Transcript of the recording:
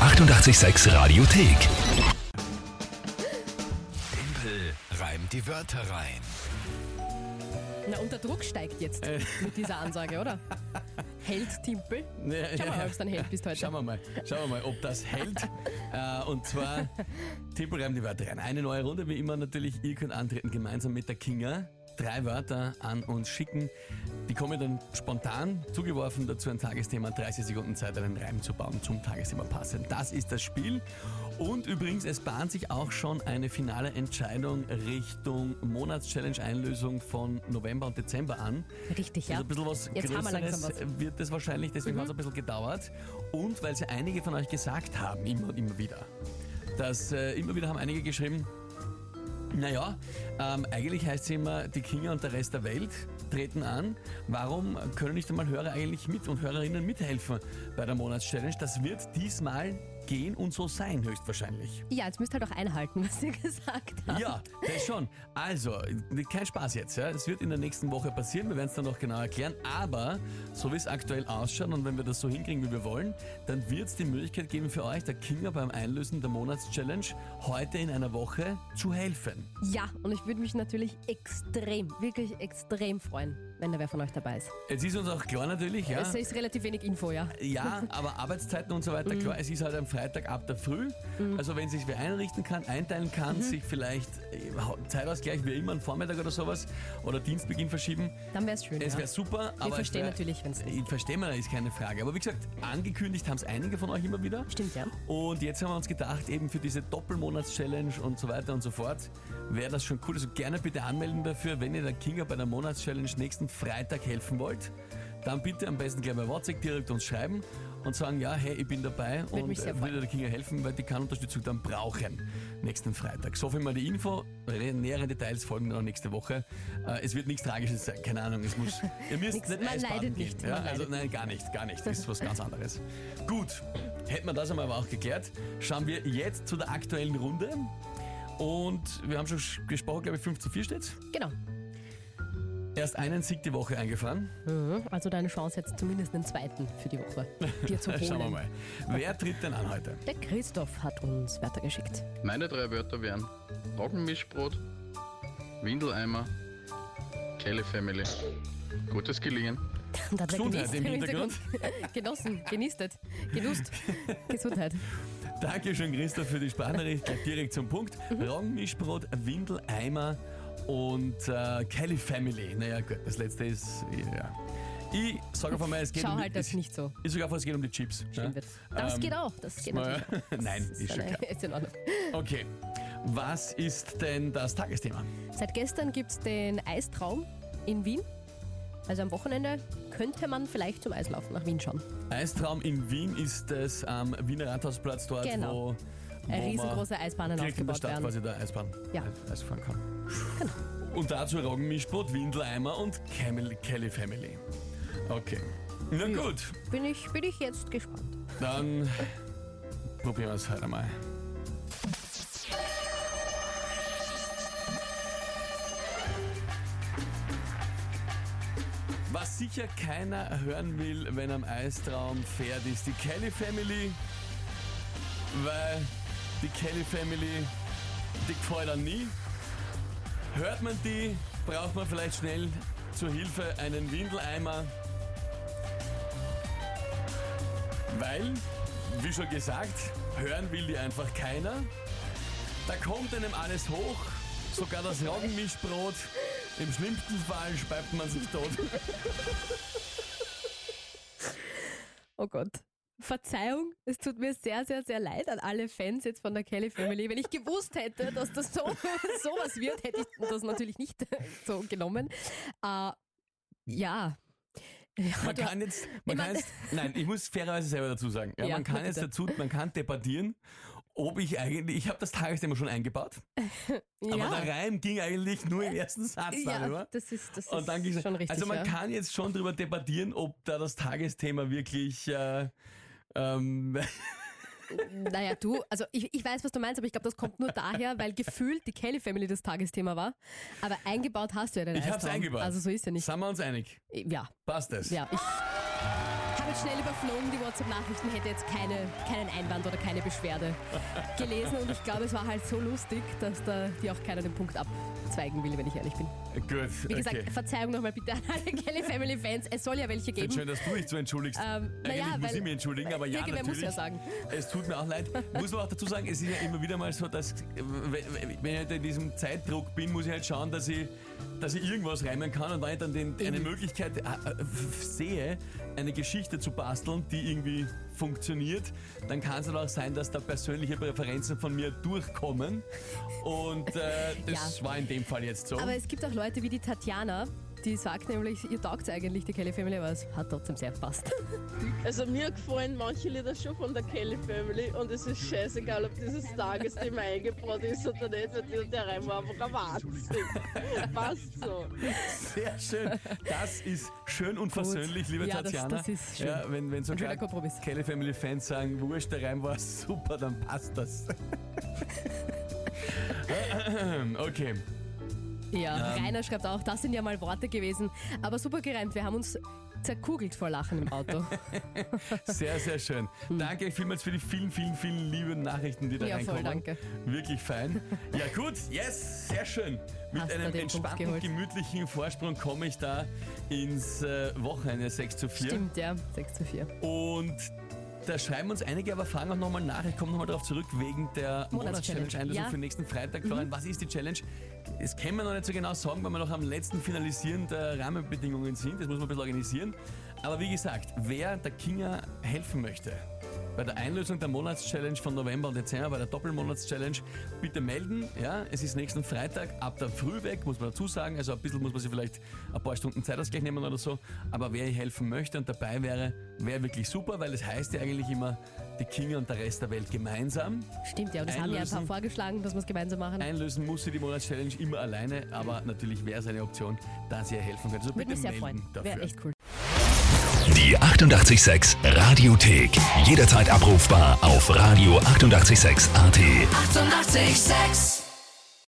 886 Radiothek. Tempel reimt die Wörter rein. Na, und der Druck steigt jetzt mit dieser Ansage, oder? Hält Timpel? Schau mal, ob es dann hält bis heute. Schauen wir mal, ob das hält. Und zwar, Timpel reimt die Wörter rein. Eine neue Runde, wie immer natürlich. Ihr könnt antreten gemeinsam mit der Kinga. 3 Wörter an uns schicken. Die kommen dann spontan zugeworfen, dazu ein Tagesthema, 30 Sekunden Zeit, einen Reim zu bauen, zum Tagesthema passend. Das ist das Spiel. Und übrigens, es bahnt sich auch schon eine finale Entscheidung Richtung Monatschallenge-Einlösung von November und Dezember an. Richtig, ja. Also ein bisschen was Jetzt haben wir langsam Größeres wird das wahrscheinlich, deswegen hat es ein bisschen gedauert. Und weil sie einige von euch gesagt haben, immer und immer wieder, dass immer wieder haben einige geschrieben, naja, eigentlich heißt es immer, die Kinga und der Rest der Welt treten an. Warum können nicht einmal Hörer eigentlich mit und Hörerinnen mithelfen bei der Monatschallenge? Das wird diesmal gehen und so sein, höchstwahrscheinlich. Ja, jetzt müsst ihr halt auch einhalten, was ihr gesagt habt. Ja, das schon. Also, kein Spaß jetzt. Ja. Es wird in der nächsten Woche passieren, wir werden es dann noch genau erklären. Aber, so wie es aktuell ausschaut und wenn wir das so hinkriegen, wie wir wollen, dann wird es die Möglichkeit geben für euch, der Kinga beim Einlösen der Monatschallenge heute in einer Woche zu helfen. Ja, und ich würde mich natürlich wirklich extrem freuen, wenn da wer von euch dabei ist. Jetzt ist uns auch klar natürlich, ja. Es ist relativ wenig Info, ja. Ja, aber Arbeitszeiten und so weiter, klar, es ist halt am Freitag ab der Früh. Also wenn sich wer einrichten kann, einteilen kann, sich vielleicht Zeitausgleich wie immer, einen Vormittag oder sowas oder Dienstbeginn verschieben. Dann wäre es schön, Es wäre super. Wir verstehen natürlich, wenn es ist. Ich verstehe mir, ist keine Frage. Aber wie gesagt, angekündigt haben es einige von euch immer wieder. Stimmt, ja. Und jetzt haben wir uns gedacht, eben für diese Doppelmonats-Challenge und so weiter und so fort, wäre das schon cool. Also gerne bitte anmelden dafür, wenn ihr der Kinga bei der Monats-Challenge nächsten Freitag helfen wollt. Dann bitte am besten gleich bei WhatsApp direkt uns schreiben und sagen, ja, hey, ich bin dabei und würde der Kinga helfen, weil die kann Unterstützung dann brauchen nächsten Freitag. So viel mal die Info. Nähere Details folgen dann auch nächste Woche. Es wird nichts Tragisches sein, keine Ahnung. Ihr müsst nicht Eisbaden gehen. Ja, also nein, gar nicht. Das ist was ganz anderes. Gut, hätten wir das einmal aber auch geklärt. Schauen wir jetzt zu der aktuellen Runde. Und wir haben schon gesprochen, glaube ich, 5:4 steht's. Genau. Erst einen Sieg die Woche eingefahren. Also deine Chance jetzt zumindest einen zweiten für die Woche dir zu holen. Schauen wir mal. Wer tritt denn an heute? Der Christoph hat uns Wörter geschickt. Meine 3 Wörter wären Roggenmischbrot, Windeleimer, Kelly Family. Gutes Gelingen. Und hat Gesundheit im Hintergrund. Genossen, genießtet, genusst. Gesundheit. Dankeschön, Christoph, für die Sprachnachricht. Gleich direkt zum Punkt. Roggenmischbrot, Windeleimer und Kelly Family. Naja, gut, das letzte ist, ja. Ich sage von mir, es geht Schau halt das nicht so. Ich sage einfach, es geht um die Chips. Stimmt. Das geht auch. Das geht natürlich auch. Nein, ist schon klar. Ist in Ordnung. Okay, was ist denn das Tagesthema? Seit gestern gibt es den Eistraum in Wien. Also am Wochenende könnte man vielleicht zum Eislaufen nach Wien schauen. Eistraum in Wien ist es am Wiener Rathausplatz dort, Genau. wo Riesengroße Eisbahnen direkt in der aufgebaut Stadt werden. quasi der Eisbahn Eis fahren kann. Genau. Und dazu Roggenmischbrot, Windeleimer und Kelly Family. Okay. Na gut, Bin ich jetzt gespannt. dann probieren wir es heute mal. Was sicher keiner hören will, wenn am Eistraum fährt, ist die Kelly Family, weil die Kelly Family, die gefällt dann nie. Hört man die, braucht man vielleicht schnell zur Hilfe einen Windeleimer, weil, wie schon gesagt, hören will die einfach keiner. Da kommt einem alles hoch, sogar das Roggenmischbrot. Im schlimmsten Fall speibt man sich tot. Oh Gott. Verzeihung, es tut mir sehr, sehr, sehr leid an alle Fans jetzt von der Kelly Family. Wenn ich gewusst hätte, dass das sowas wird, hätte ich das natürlich nicht so genommen. Ja. Nein, ich muss fairerweise selber dazu sagen. Ja, man kann debattieren, ob ich habe das Tagesthema schon eingebaut, aber der Reim ging eigentlich nur im ersten Satz darüber. Ja, das ist und dann ging's, schon richtig. Also man kann jetzt schon darüber debattieren, ob da das Tagesthema wirklich Naja, also ich weiß, was du meinst, aber ich glaube, das kommt nur daher, weil gefühlt die Kelly Family das Tagesthema war. Aber eingebaut hast du ja den Ich Eistraum. hab's eingebaut. Also so ist ja nicht. Sind wir uns einig? Ja. Passt es? Ja, habe jetzt schnell überflogen die WhatsApp-Nachrichten, hätte jetzt keinen Einwand oder keine Beschwerde gelesen und ich glaube, es war halt so lustig, dass da die auch keiner den Punkt abzweigen will, wenn ich ehrlich bin. Gut, Wie gesagt, Verzeihung nochmal bitte an alle Kelly Family Fans, es soll ja welche geben. Schön, dass du dich so entschuldigst. Eigentlich muss ich mich entschuldigen, aber ja, natürlich. muss ja sagen. Es tut mir auch leid. Muss man auch dazu sagen, es ist ja immer wieder mal so, dass wenn ich halt in diesem Zeitdruck bin, muss ich halt schauen, dass ich irgendwas reimen kann und wenn ich dann eine Möglichkeit sehe, eine Geschichte zu basteln, die irgendwie funktioniert, dann kann es auch sein, dass da persönliche Präferenzen von mir durchkommen und das war in dem Fall jetzt so. Aber es gibt auch Leute wie die Tatjana, die sagt nämlich, ihr taugt eigentlich die Kelly Family, aber es hat trotzdem sehr gepasst. Also mir gefallen manche Lieder schon von der Kelly Family und es ist scheißegal, ob dieses Tagesthema eingebaut ist oder nicht, weil der Reim war einfach ein Wahnsinn. Passt so. Sehr schön. Das ist schön und versöhnlich, liebe Tatjana. Das ist schön. Ja, wenn so schöner Kompromiss. Kelly Family Fans sagen, wurscht, der Reim war super, dann passt das. Okay. Ja, Rainer schreibt auch, das sind ja mal Worte gewesen, aber super gereimt, wir haben uns zerkugelt vor Lachen im Auto. Sehr, sehr schön. Danke vielmals für die vielen, vielen, vielen lieben Nachrichten, die da reinkommen. Voll, danke. Wirklich fein. Ja gut, yes, sehr schön. Mit Hast einem entspannten, gemütlichen Vorsprung komme ich da ins Wochenende 6:4. Stimmt, ja, 6:4. Und da schreiben uns einige, aber fragen auch nochmal nach. Ich komme nochmal darauf zurück, wegen der Monatschallenge-Einlösung für nächsten Freitag. Florian, was ist die Challenge? Das können wir noch nicht so genau sagen, weil wir noch am letzten Finalisieren der Rahmenbedingungen sind. Das muss man ein bisschen organisieren. Aber wie gesagt, wer der Kinga helfen möchte, bei der Einlösung der Monatschallenge von November und Dezember, bei der Doppelmonatschallenge, bitte melden. Ja, es ist nächsten Freitag ab der Früh weg, muss man dazu sagen. Also ein bisschen muss man sich vielleicht ein paar Stunden Zeitausgleich nehmen oder so. Aber wer helfen möchte und dabei wäre wirklich super, weil es heißt ja eigentlich immer, die Kinga und der Rest der Welt gemeinsam. Stimmt, ja, und das haben wir einfach vorgeschlagen, dass wir es gemeinsam machen. Einlösen muss sie die Monatschallenge immer alleine, aber natürlich wäre es eine Option, dass ihr helfen könnt. Also würde mich sehr freuen. Dafür. Wäre echt cool. Die 88,6 Radiothek. Jederzeit abrufbar auf radio886.at. 88,6.